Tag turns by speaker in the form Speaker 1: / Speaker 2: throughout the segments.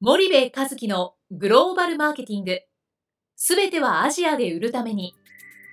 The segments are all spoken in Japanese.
Speaker 1: 森部一樹のグローバルマーケティング、すべてはアジアで売るために。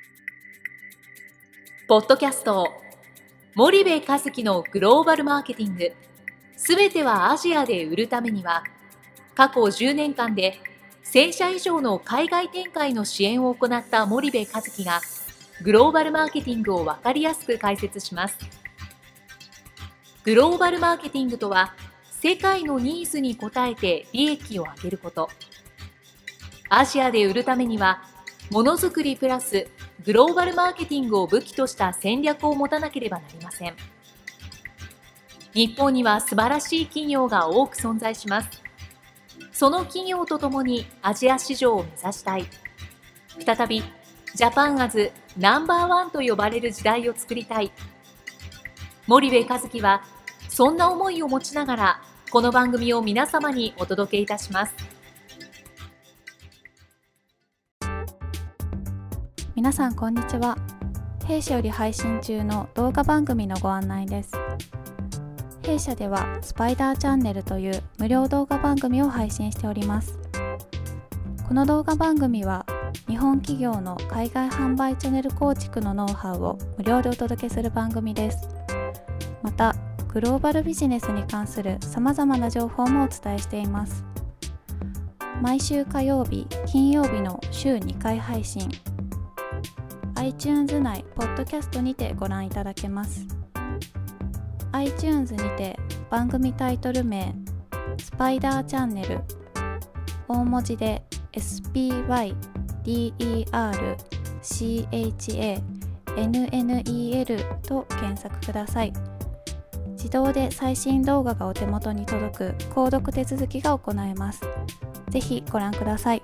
Speaker 1: ポッドキャスト森部一樹のグローバルマーケティング、すべてはアジアで売るためには、過去10年間で1000社以上の海外展開の支援を行った森部一樹がグローバルマーケティングを分かりやすく解説します。グローバルマーケティングとは、世界のニーズに応えて利益を上げること。アジアで売るためには、ものづくりプラスグローバルマーケティングを武器とした戦略を持たなければなりません。日本には素晴らしい企業が多く存在します。その企業とともにアジア市場を目指したい。再びジャパンアズナンバーワンと呼ばれる時代を作りたい。森部一樹はそんな思いを持ちながら、この番組を皆様にお届けいたします。
Speaker 2: 皆さんこんにちは。弊社より配信中の動画番組のご案内です。弊社ではスパイダーチャンネルという無料動画番組を配信しております。この動画番組は日本企業の海外販売チャンネル構築のノウハウを無料でお届けする番組です。またグローバルビジネスに関するさまざまな情報もお伝えしています。毎週火曜日、金曜日の週2回配信。iTunes 内ポッドキャストにてご覧いただけます。iTunes にて番組タイトル名スパイダーチャンネル、大文字で SPYDERCHANNEL と検索ください。自動で最新動画がお手元に届く購読手続きが行えます。ぜひご覧ください。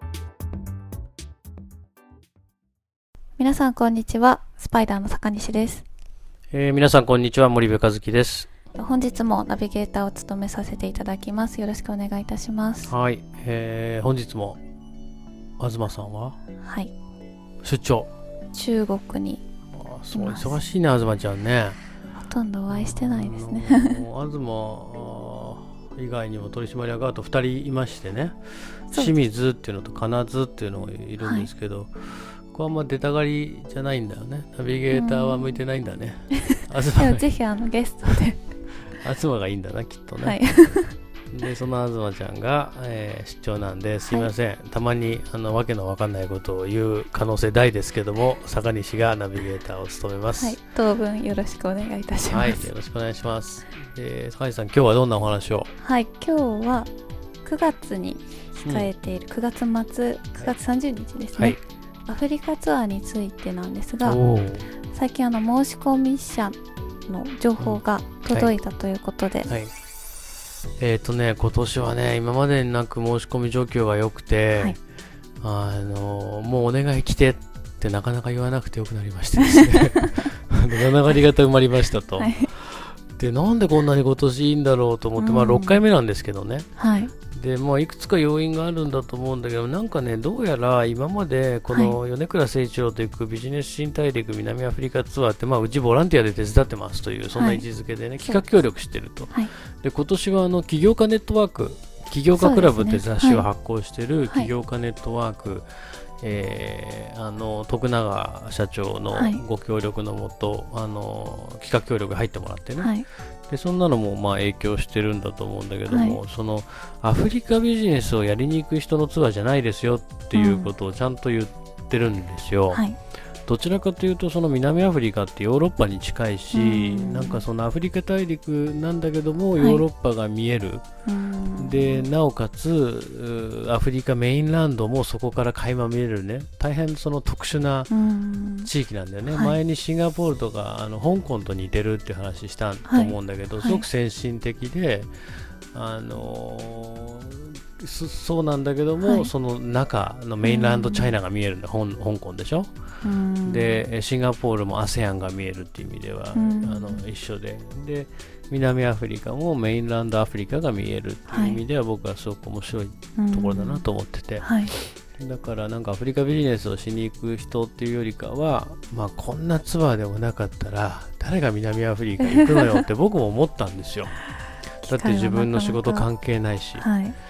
Speaker 2: 皆さんこんにちは。スパイダーの坂西です。
Speaker 3: 皆さんこんにちは。森部一樹です。
Speaker 2: 本日もナビゲーターを務めさせていただきます。よろしくお願いいたします。
Speaker 3: はい、本日も東さんは出張、
Speaker 2: 中国に
Speaker 3: すごい忙しいね。東ちゃんね、
Speaker 2: ほとんどお会いしてないですね。
Speaker 3: 東以外にも取締役あと2人いましてね、清水っていうのと金津っていうのがいるんですけど、ここはあんま出たがりじゃないんだよね。ナビゲーターは向いてないんだね。東
Speaker 2: ぜひゲストで
Speaker 3: 東がいいんだな、きっとね。
Speaker 2: はい、
Speaker 3: でその東ちゃんが、出張なんですいません、はい、たまにわけのわかんないことを言う可能性大ですけども、坂西がナビゲーターを務めます。
Speaker 2: はい、当分よろしくお願いいたします。
Speaker 3: はい、よろしくお願いします。坂西さん、今日はどんなお話を？はい、
Speaker 2: 今日は9月に控えている、9月末、9月30日ですね、はい、アフリカツアーについてなんですが、最近申し込み者の情報が届いたということで、
Speaker 3: はいはい、今年はね、今までになく申し込み状況が良くて、はい、もうお願い来てってなかなか言わなくてよくなりましてですね7割方埋まりましたと、はい、でなんでこんなに今年いいんだろうと思って、6回目なんですけどね、はい、でいくつか要因があるんだと思うんだけど、なんかね、どうやら今までこの米倉誠一郎と行くビジネス新大陸南アフリカツアーって、うちボランティアで手伝ってますという、そんな位置づけでね、企画協力してると。で今年は起業家ネットワーク、起業家クラブって雑誌を発行している起業家ネットワーク、徳永社長のご協力のもと、企画協力が入ってもらってね、でそんなのも影響してるんだと思うんだけども、そのアフリカビジネスをやりに行く人のツアーじゃないですよっていうことをちゃんと言ってるんですよ。どちらかというとその南アフリカってヨーロッパに近いし、なんかそのアフリカ大陸なんだけどもヨーロッパが見える、でなおかつアフリカメインランドもそこから垣間見えるね、大変その特殊な地域なんだよね。前にシンガポールとか香港と似てるっていう話したと思うんだけど、すごく先進的で、そうなんだけども、その中のメインランドチャイナが見えるんだ、香港でしょ。でシンガポールも ASEAN が見えるっていう意味では一緒で、南アフリカもメインランドアフリカが見えるっていう意味では、僕はすごく面白いところだなと思ってて、だからなんかアフリカビジネスをしに行く人っていうよりかは、こんなツアーでもなかったら誰が南アフリカ行くのよって僕も思ったんですよ。だって自分の仕事関係ないし、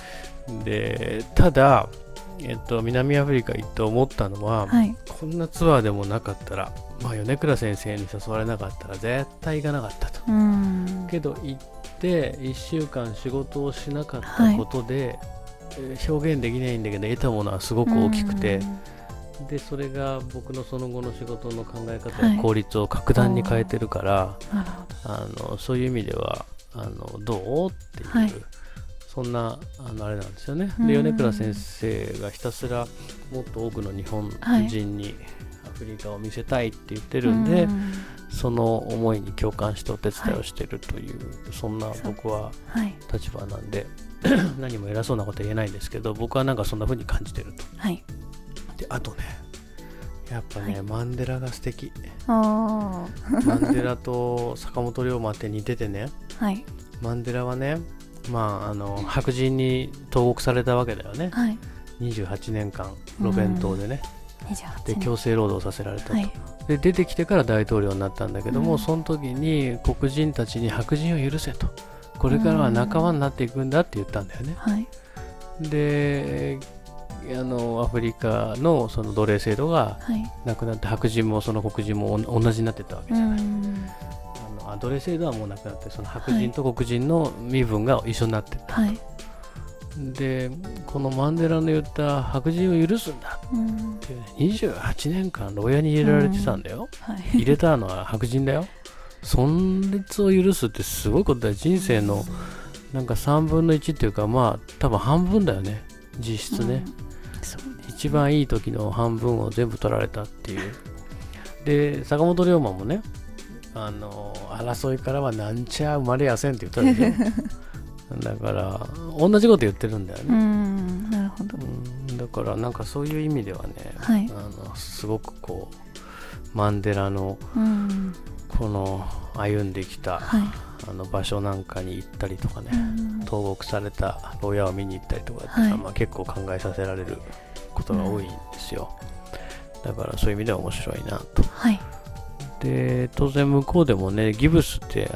Speaker 3: でただ、南アフリカ行って思ったのは、こんなツアーでもなかったら、米倉先生に誘われなかったら絶対行かなかったと。けど行って1週間仕事をしなかったことで、表現できないんだけど得たものはすごく大きくて、でそれが僕のその後の仕事の考え方や効率を格段に変えてるから、そういう意味ではどうっていう、そんなあれなんですよね。で米倉先生がひたすらもっと多くの日本人にアフリカを見せたいって言ってるんで、その思いに共感してお手伝いをしているという、そんな僕は立場なんで、何も偉そうなことは言えないんですけど、僕はなんかそんな風に感じてると。であとね、やっぱね、マンデラが素敵。マンデラと坂本龍馬って似ててね、マンデラはね、白人に投獄されたわけだよね。28年間路弁当でね、で強制労働させられたと。で出てきてから大統領になったんだけども、その時に黒人たちに白人を許せと、これからは仲間になっていくんだって言ったんだよね。でアフリカのその奴隷制度がなくなって、白人もその黒人も同じになってたわけじゃない。奴隷制度はもうなくなって、その白人と黒人の身分が一緒になってた、でこのマンデラの言った白人を許すんだっていう、ね、28年間牢屋に入れられてたんだよ、入れたのは白人だよ。存立を許すってすごいことだよ。人生のなんか3分の1っていうか、多分半分だよね、実質ね。一番いい時の半分を全部取られたっていう。で坂本龍馬もね、争いからはなんちゃ生まれやせんって言ったでしょ。だから同じこと言ってるんだよね。
Speaker 2: なるほど。
Speaker 3: だからなんかそういう意味ではね、すごくこうマンデラのこの歩んできた、場所なんかに行ったりとかね、投獄された牢屋を見に行ったりとかっていうのは、結構考えさせられることが多いんですよ。だからそういう意味では面白いなと。で当然向こうでもね、ギブスって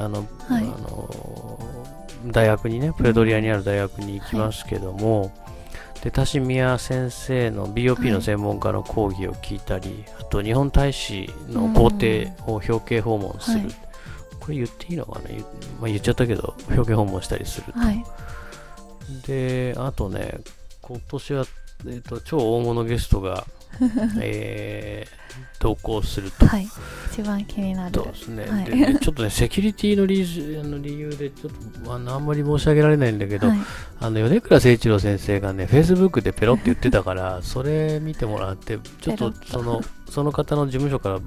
Speaker 3: 大学にね、プレドリアにある大学に行きますけども、で田島宮先生の BOP の専門家の講義を聞いたり、あと日本大使の公邸を表敬訪問する、これ言っていいのかな、言っちゃったけど表敬訪問したりすると、であとね、今年は、超大物ゲストが同行すると、
Speaker 2: 一番気になる。
Speaker 3: そうですね。でちょっとね、セキュリティの理由でちょっとあんまり申し上げられないんだけど、米倉誠一郎先生がね、Facebook でペロって言ってたからそれ見てもらって、ちょっとその方の事務所から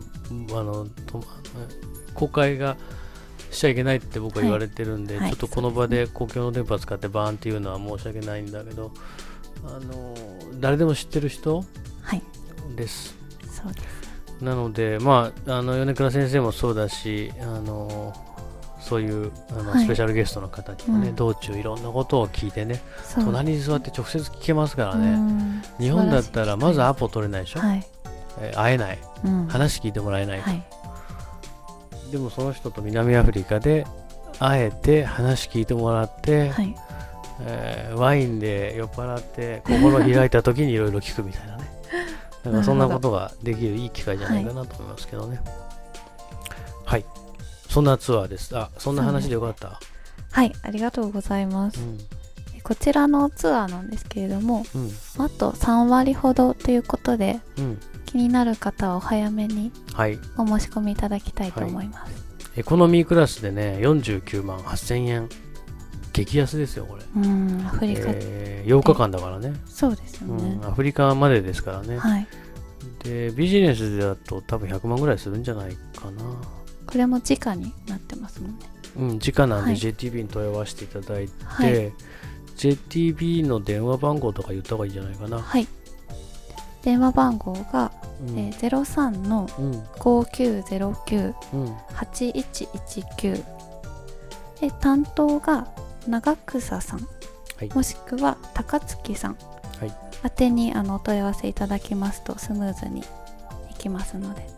Speaker 3: 公開がしちゃいけないって僕は言われてるんで、ちょっとこの場で公共の電波使ってバーンっていうのは申し訳ないんだけど、誰でも知ってる人です。
Speaker 2: そうです。
Speaker 3: なので、米倉先生もそうだし、そういうスペシャルゲストの方にもね、道中いろんなことを聞いてね、隣に座って直接聞けますからね。日本だったらまずアポ取れないでしょ、会えない、話聞いてもらえない、でもその人と南アフリカで会えて話聞いてもらって、ワインで酔っ払って心開いた時にいろいろ聞くみたいなね。だからそんなことができるいい機会じゃないかなと思いますけどね。そんなツアーです。そんな話でよかった。
Speaker 2: ありがとうございます。こちらのツアーなんですけれども、あと3割ほどということで、気になる方はお早めにお申し込みいただきたいと思います。
Speaker 3: エコノミークラスでね、49万8000円。激安ですよこれ。
Speaker 2: アフリカ、
Speaker 3: 8日間だからね。
Speaker 2: そうですよね。
Speaker 3: アフリカまでですからね。でビジネスだと多分100万ぐらいするんじゃないかな。
Speaker 2: これも時価になってますもんね。
Speaker 3: 時価なんで JTB に問い合わせていただいて、JTB の電話番号とか言った方がいいんじゃないかな。
Speaker 2: 電話番号が、03-5909-8119、で担当が長草さん、もしくは高槻さん、宛てにお問い合わせいただきますとスムーズにいきますので。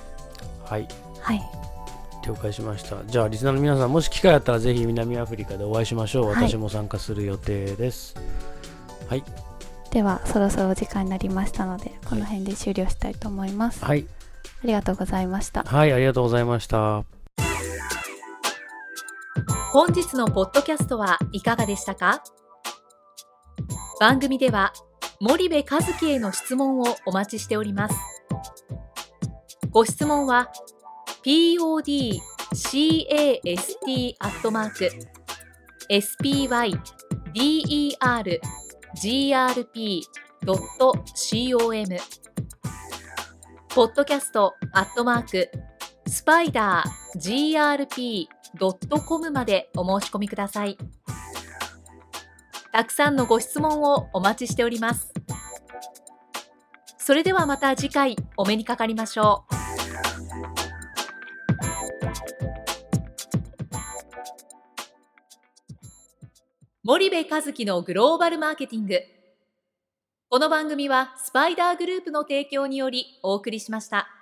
Speaker 3: 了解しました。じゃあリスナーの皆さん、もし機会あったらぜひ南アフリカでお会いしましょう。私も参加する予定です。 はい、
Speaker 2: ではそろそろお時間になりましたので、この辺で終了したいと思います。
Speaker 3: はい、
Speaker 2: ありがとうございました。
Speaker 3: はい、ありがとうございました。
Speaker 1: 本日のポッドキャストはいかがでしたか？番組では森部一樹への質問をお待ちしております。ご質問は podcast@spydergrp.com podcast@spidergrp.com までお申し込みください。たくさんのご質問をお待ちしております。それではまた次回お目にかかりましょう。森部一樹のグローバルマーケティング。この番組はスパイダーグループの提供によりお送りしました。